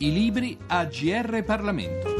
I libri a GR Parlamento.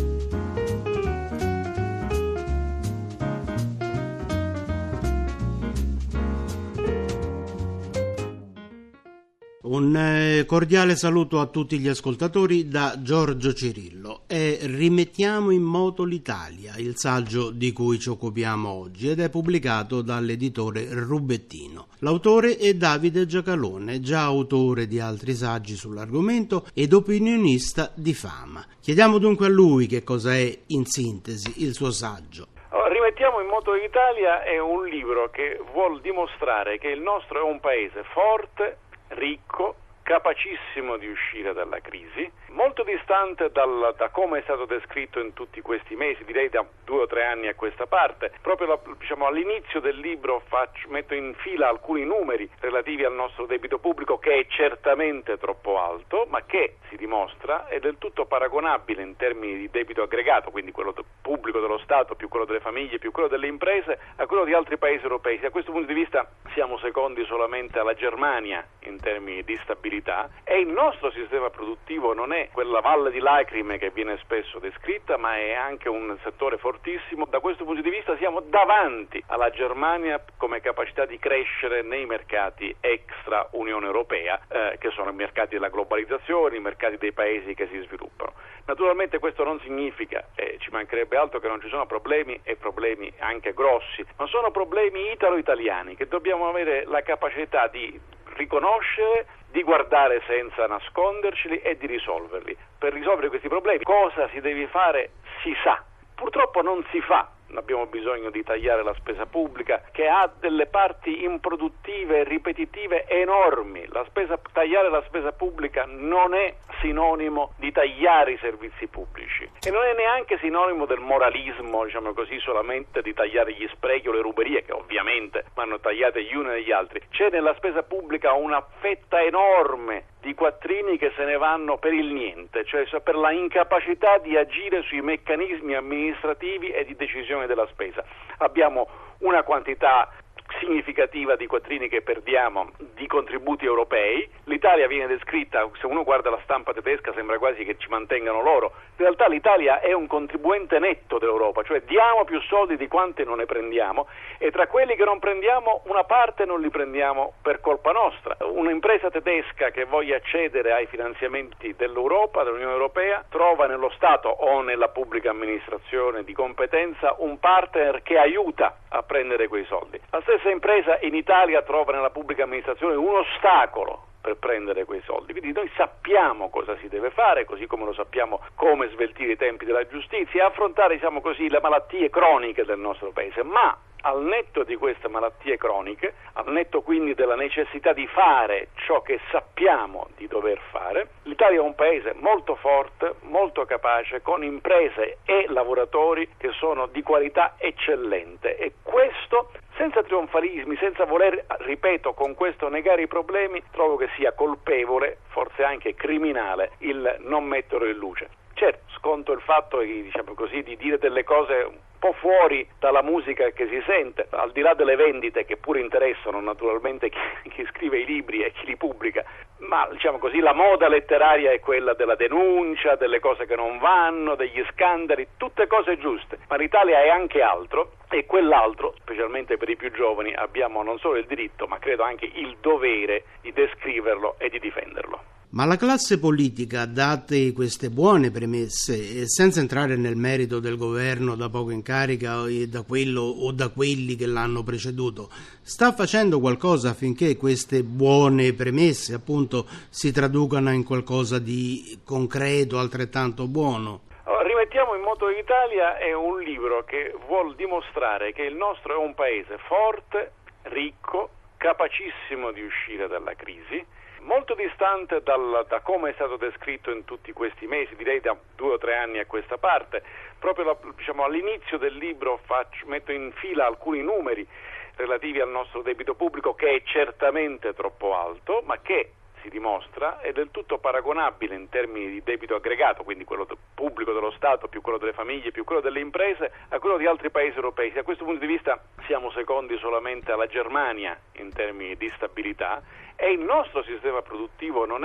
Un cordiale saluto a tutti gli ascoltatori da Giorgio Cirillo e rimettiamo in moto l'Italia, il saggio di cui ci occupiamo oggi, ed è pubblicato dall'editore Rubettino. L'autore è Davide Giacalone, già autore di altri saggi sull'argomento ed opinionista di fama. Chiediamo dunque a lui che cosa è, in sintesi, il suo saggio. Rimettiamo in moto l'Italia è un libro che vuol dimostrare che il nostro è un paese forte, ricco, capacissimo di uscire dalla crisi, molto distante da come è stato descritto in tutti questi mesi, direi da 2 o 3 anni a questa parte. Proprio all'inizio del libro metto in fila alcuni numeri relativi al nostro debito pubblico, che è certamente troppo alto, ma che si dimostra è del tutto paragonabile in termini di debito aggregato, quindi quello pubblico dello Stato più quello delle famiglie più quello delle imprese, a quello di altri paesi europei. Da questo punto di vista siamo secondi solamente alla Germania in termini di stabilità, e il nostro sistema produttivo non è quella valle di lacrime che viene spesso descritta, ma è anche un settore fortissimo. Da questo punto di vista siamo davanti alla Germania come capacità di crescere nei mercati extra Unione Europea, che sono i mercati della globalizzazione, i mercati dei paesi che si sviluppano. Naturalmente questo non significa, ci mancherebbe altro, che non ci sono problemi, e problemi anche grossi, ma sono problemi italo-italiani che dobbiamo avere la capacità di riconoscere, di guardare senza nasconderceli e di risolverli. Per risolvere questi problemi cosa si deve fare si sa, purtroppo non si fa. Abbiamo bisogno di tagliare la spesa pubblica, che ha delle parti improduttive e ripetitive enormi. Tagliare la spesa pubblica non è sinonimo di tagliare i servizi pubblici, e non è neanche sinonimo del moralismo, diciamo così, solamente di tagliare gli sprechi o le ruberie, che ovviamente vanno tagliate gli uni e gli altri. C'è nella spesa pubblica una fetta enorme di quattrini che se ne vanno per il niente, cioè per la incapacità di agire sui meccanismi amministrativi e di decisione della spesa. Abbiamo una quantità significativa di quattrini che perdiamo di contributi europei. L'Italia viene descritta, se uno guarda la stampa tedesca sembra quasi che ci mantengano loro. In realtà l'Italia è un contribuente netto dell'Europa, cioè diamo più soldi di quanti non ne prendiamo, e tra quelli che non prendiamo una parte non li prendiamo per colpa nostra. Un'impresa tedesca che voglia accedere ai finanziamenti dell'Europa, dell'Unione Europea, trova nello Stato o nella pubblica amministrazione di competenza un partner che aiuta a prendere quei soldi. La stessa impresa in Italia trova nella pubblica amministrazione un ostacolo per prendere quei soldi. Quindi noi sappiamo cosa si deve fare, così come lo sappiamo come sveltire i tempi della giustizia e affrontare, diciamo così, le malattie croniche del nostro paese. Ma al netto di queste malattie croniche, al netto quindi della necessità di fare ciò che sappiamo di dover fare, l'Italia è un paese molto forte, molto capace, con imprese e lavoratori che sono di qualità eccellente, e questo senza trionfalismi, senza voler, ripeto, con questo negare i problemi. Trovo che sia colpevole, forse anche criminale, il non metterlo in luce. Certo, sconto il fatto, diciamo così, di dire delle cose un po' fuori dalla musica che si sente, al di là delle vendite, che pure interessano naturalmente chi scrive i libri e chi li pubblica, ma diciamo così la moda letteraria è quella della denuncia, delle cose che non vanno, degli scandali, tutte cose giuste, ma l'Italia è anche altro, e quell'altro, specialmente per i più giovani, abbiamo non solo il diritto, ma credo anche il dovere di descriverlo e di difenderlo. Ma la classe politica, date queste buone premesse, e senza entrare nel merito del governo da poco in carica e da quello o da quelli che l'hanno preceduto, sta facendo qualcosa affinché queste buone premesse, appunto, si traducano in qualcosa di concreto, altrettanto buono? Rimettiamo in moto l'Italia è un libro che vuol dimostrare che il nostro è un paese forte, ricco, capacissimo di uscire dalla crisi, molto distante da come è stato descritto in tutti questi mesi, direi da 2 o 3 anni a questa parte. Proprio all'inizio del libro metto in fila alcuni numeri relativi al nostro debito pubblico, che è certamente troppo alto, ma che si dimostra è del tutto paragonabile in termini di debito aggregato, quindi quello pubblico dello Stato più quello delle famiglie più quello delle imprese, a quello di altri paesi europei. Da questo punto di vista siamo secondi solamente alla Germania in termini di stabilità, e il nostro sistema produttivo non è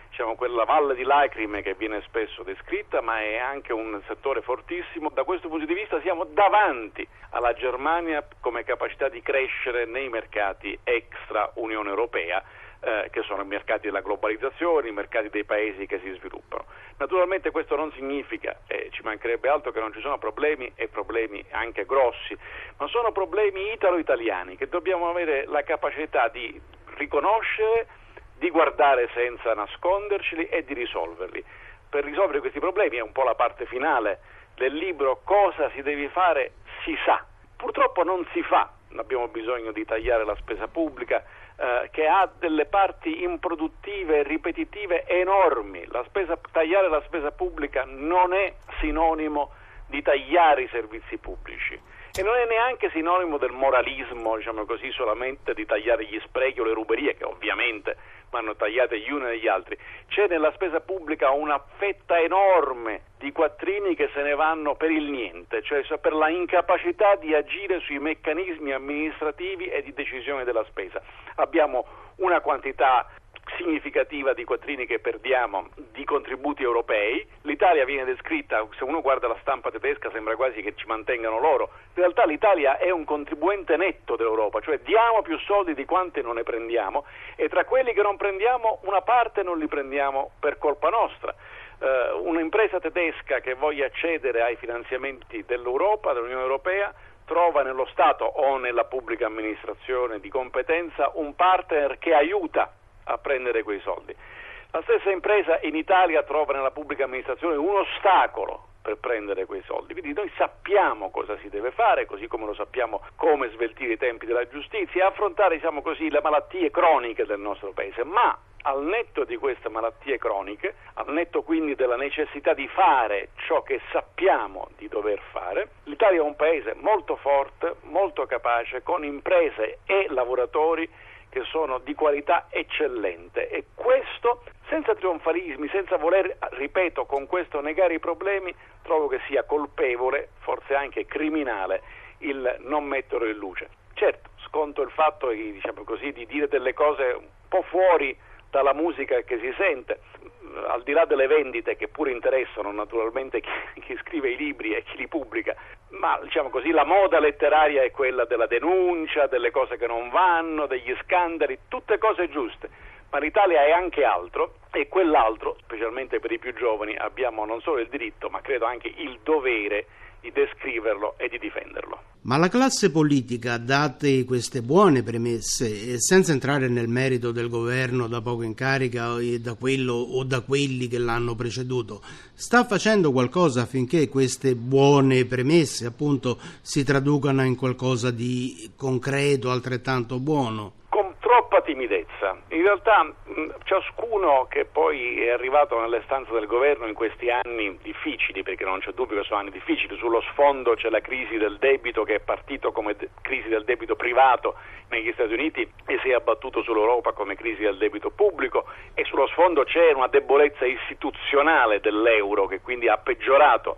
quella valle di lacrime che viene spesso descritta, ma è anche un settore fortissimo. Da questo punto di vista siamo davanti alla Germania come capacità di crescere nei mercati extra Unione Europea, che sono i mercati della globalizzazione, i mercati dei paesi che si sviluppano. Naturalmente questo non significa, ci mancherebbe altro, che non ci sono problemi, e problemi anche grossi, ma sono problemi italo-italiani che dobbiamo avere la capacità di riconoscere, di guardare senza nasconderceli e di risolverli. Per risolvere questi problemi, è un po' la parte finale del libro, cosa si deve fare si sa. Purtroppo non si fa, abbiamo bisogno di tagliare la spesa pubblica, che ha delle parti improduttive e ripetitive enormi. Tagliare la spesa pubblica non è sinonimo di tagliare i servizi pubblici. E non è neanche sinonimo del moralismo, solamente di tagliare gli sprechi o le ruberie, che ovviamente vanno tagliate gli uni e gli altri. C'è nella spesa pubblica una fetta enorme di quattrini che se ne vanno per il niente, cioè per la incapacità di agire sui meccanismi amministrativi e di decisione della spesa. Abbiamo una quantità significativa di quattrini che perdiamo di contributi europei. L'Italia viene descritta, se uno guarda la stampa tedesca sembra quasi che ci mantengano loro. In realtà l'Italia è un contribuente netto dell'Europa, cioè diamo più soldi di quanti non ne prendiamo, e tra quelli che non prendiamo una parte non li prendiamo per colpa nostra. Un'impresa tedesca che voglia accedere ai finanziamenti dell'Europa, dell'Unione Europea, trova nello Stato o nella pubblica amministrazione di competenza un partner che aiuta a prendere quei soldi. La stessa impresa in Italia trova nella pubblica amministrazione un ostacolo per prendere quei soldi. Quindi noi sappiamo cosa si deve fare, così come lo sappiamo come sveltire i tempi della giustizia e affrontare, le malattie croniche del nostro paese, ma al netto di queste malattie croniche, al netto quindi della necessità di fare ciò che sappiamo di dover fare, l'Italia è un paese molto forte, molto capace, con imprese e lavoratori che sono di qualità eccellente, e questo senza trionfalismi, senza voler, ripeto, con questo negare i problemi. Trovo che sia colpevole, forse anche criminale, il non metterlo in luce. Certo, sconto il fatto di dire delle cose un po' fuori dalla musica che si sente, al di là delle vendite che pure interessano naturalmente chi scrive i libri e chi li pubblica, ma la moda letteraria è quella della denuncia, delle cose che non vanno, degli scandali, tutte cose giuste, ma l'Italia è anche altro, e quell'altro, specialmente per i più giovani, abbiamo non solo il diritto, ma credo anche il dovere di descriverlo e di difenderlo. Ma la classe politica, date queste buone premesse, e senza entrare nel merito del governo da poco in carica e da quello o da quelli che l'hanno preceduto, sta facendo qualcosa affinché queste buone premesse appunto si traducano in qualcosa di concreto, altrettanto buono? Troppa timidezza. In realtà ciascuno che poi è arrivato nelle stanze del governo in questi anni difficili, perché non c'è dubbio che sono anni difficili, sullo sfondo c'è la crisi del debito che è partito come crisi del debito privato negli Stati Uniti e si è abbattuto sull'Europa come crisi del debito pubblico, e sullo sfondo c'è una debolezza istituzionale dell'euro che quindi ha peggiorato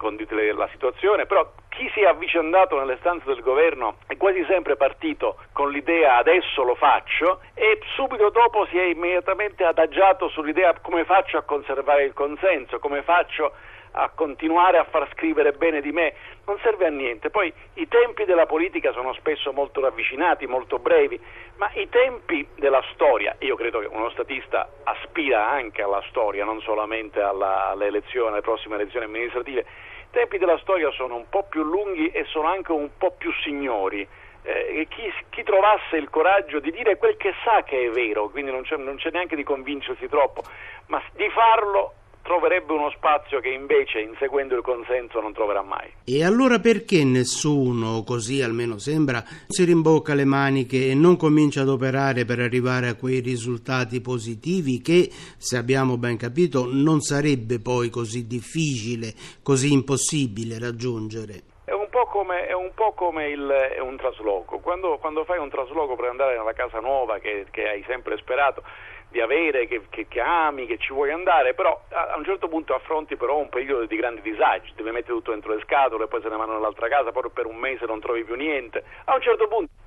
la situazione. Però chi si è avvicendato nelle stanze del governo è quasi sempre partito con l'idea adesso lo faccio, e subito dopo si è immediatamente adagiato sull'idea come faccio a conservare il consenso, come faccio a continuare a far scrivere bene di me. Non serve a niente. Poi i tempi della politica sono spesso molto ravvicinati, molto brevi, ma i tempi della storia, io credo che uno statista aspira anche alla storia, non solamente alle prossime elezioni amministrative. I tempi della storia sono un po' più lunghi e sono anche un po' più signori. E chi trovasse il coraggio di dire quel che sa che è vero, quindi non c'è neanche di convincersi troppo, ma di farlo, troverebbe uno spazio che invece, inseguendo il consenso, non troverà mai. E allora perché nessuno, così almeno sembra, si rimbocca le maniche e non comincia ad operare per arrivare a quei risultati positivi che, se abbiamo ben capito, non sarebbe poi così difficile, così impossibile raggiungere? È un po' come un trasloco. Quando fai un trasloco per andare nella casa nuova che hai sempre sperato di avere, che ami, che ci vuoi andare, però a un certo punto affronti però un periodo di grandi disagi, devi mettere tutto dentro le scatole, poi se ne vanno nell'altra casa, poi per un mese non trovi più niente. A un certo punto ti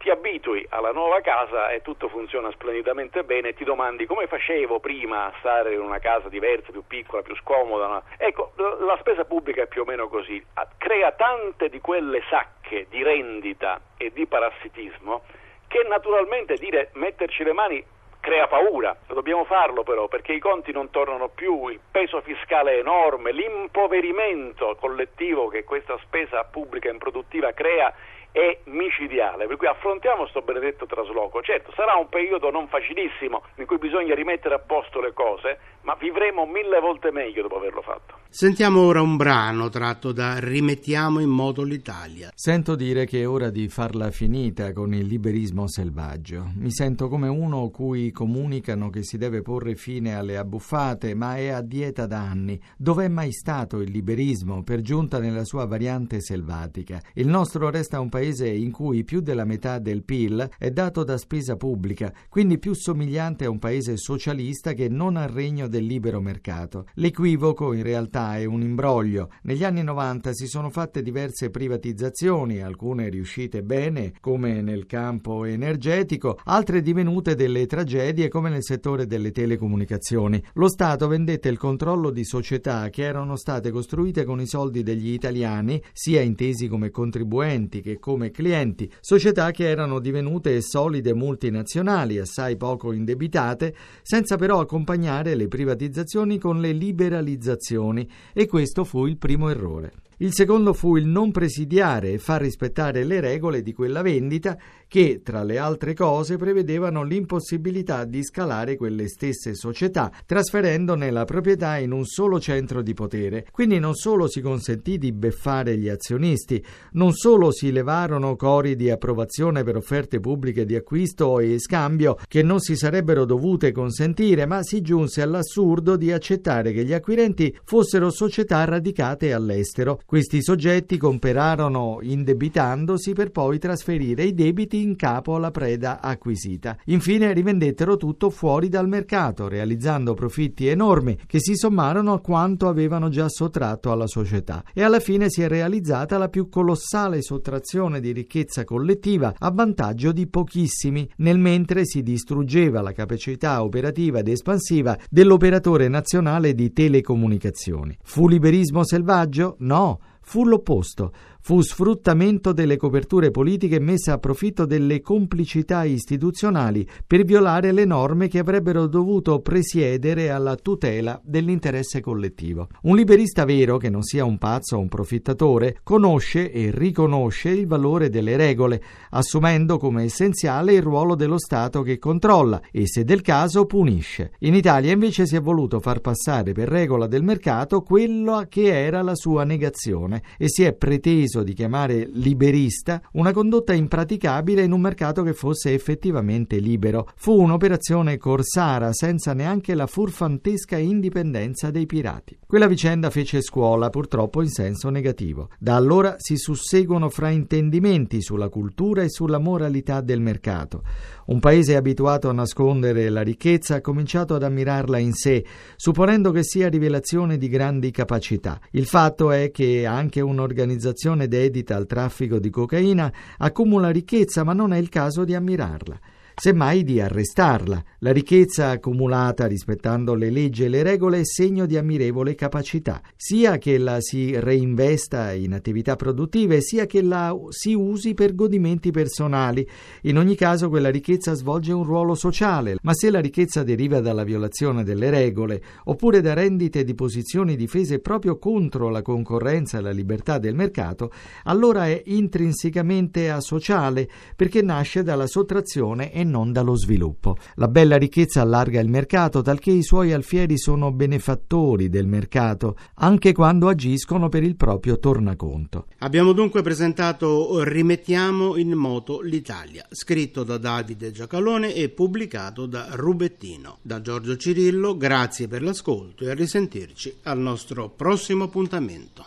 ti abitui alla nuova casa e tutto funziona splendidamente bene, ti domandi come facevo prima a stare in una casa diversa, più piccola, più scomoda, no? Ecco, la spesa pubblica è più o meno così, crea tante di quelle sacche di rendita e di parassitismo che naturalmente metterci le mani crea paura. Dobbiamo farlo però, perché i conti non tornano più, il peso fiscale è enorme, l'impoverimento collettivo che questa spesa pubblica improduttiva crea è micidiale, per cui affrontiamo sto benedetto trasloco. Certo, sarà un periodo non facilissimo in cui bisogna rimettere a posto le cose, ma vivremo 1000 volte meglio dopo averlo fatto. Sentiamo ora un brano tratto da Rimettiamo in moto l'Italia. Sento dire che è ora di farla finita con il liberismo selvaggio. Mi sento come uno cui comunicano che si deve porre fine alle abbuffate, ma è a dieta da anni. Dov'è mai stato il liberismo, per giunta nella sua variante selvatica? Il nostro resta un paese in cui più della metà del PIL è dato da spesa pubblica, quindi più somigliante a un paese socialista che non al regno del libero mercato. L'equivoco in realtà è un imbroglio. Negli anni 90 si sono fatte diverse privatizzazioni, alcune riuscite bene come nel campo energetico, altre divenute delle tragedie come nel settore delle telecomunicazioni. Lo Stato vendette il controllo di società che erano state costruite con i soldi degli italiani, sia intesi come contribuenti che come clienti, società che erano divenute solide multinazionali, assai poco indebitate, senza però accompagnare le privatizzazioni con le liberalizzazioni, e questo fu il primo errore. Il secondo fu il non presidiare e far rispettare le regole di quella vendita che, tra le altre cose, prevedevano l'impossibilità di scalare quelle stesse società, trasferendone la proprietà in un solo centro di potere. Quindi non solo si consentì di beffare gli azionisti, non solo si levarono cori di approvazione per offerte pubbliche di acquisto e scambio che non si sarebbero dovute consentire, ma si giunse all'assurdo di accettare che gli acquirenti fossero società radicate all'estero. Questi soggetti comperarono indebitandosi per poi trasferire i debiti in capo alla preda acquisita. Infine rivendettero tutto fuori dal mercato, realizzando profitti enormi che si sommarono a quanto avevano già sottratto alla società. E alla fine si è realizzata la più colossale sottrazione di ricchezza collettiva a vantaggio di pochissimi, nel mentre si distruggeva la capacità operativa ed espansiva dell'operatore nazionale di telecomunicazioni. Fu liberismo selvaggio? No. Fu l'opposto. Fu sfruttamento delle coperture politiche messe a profitto delle complicità istituzionali per violare le norme che avrebbero dovuto presiedere alla tutela dell'interesse collettivo. Un liberista vero, che non sia un pazzo o un profittatore, conosce e riconosce il valore delle regole, assumendo come essenziale il ruolo dello Stato che controlla e, se del caso, punisce. In Italia invece si è voluto far passare per regola del mercato quello che era la sua negazione e si è preteso di chiamare liberista una condotta impraticabile in un mercato che fosse effettivamente libero. Fu un'operazione corsara senza neanche la furfantesca indipendenza dei pirati. Quella vicenda fece scuola, purtroppo in senso negativo. Da allora si susseguono fraintendimenti sulla cultura e sulla moralità del mercato. Un paese abituato a nascondere la ricchezza ha cominciato ad ammirarla in sé, supponendo che sia rivelazione di grandi capacità. Il fatto è che anche un'organizzazione dedita al traffico di cocaina accumula ricchezza, ma non è il caso di ammirarla, semmai di arrestarla. La ricchezza accumulata rispettando le leggi e le regole è segno di ammirevole capacità, sia che la si reinvesta in attività produttive, sia che la si usi per godimenti personali. In ogni caso quella ricchezza svolge un ruolo sociale, ma se la ricchezza deriva dalla violazione delle regole, oppure da rendite di posizioni difese proprio contro la concorrenza e la libertà del mercato, allora è intrinsecamente asociale, perché nasce dalla sottrazione e non dallo sviluppo. La bella ricchezza allarga il mercato, talché i suoi alfieri sono benefattori del mercato, anche quando agiscono per il proprio tornaconto. Abbiamo dunque presentato Rimettiamo in moto l'Italia, scritto da Davide Giacalone e pubblicato da Rubettino. Da Giorgio Cirillo, grazie per l'ascolto e a risentirci al nostro prossimo appuntamento.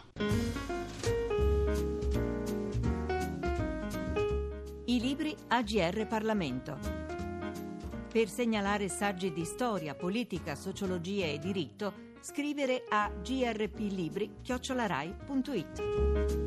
I libri AGR Parlamento. Per segnalare saggi di storia, politica, sociologia e diritto, scrivere a grplibri@rai.it.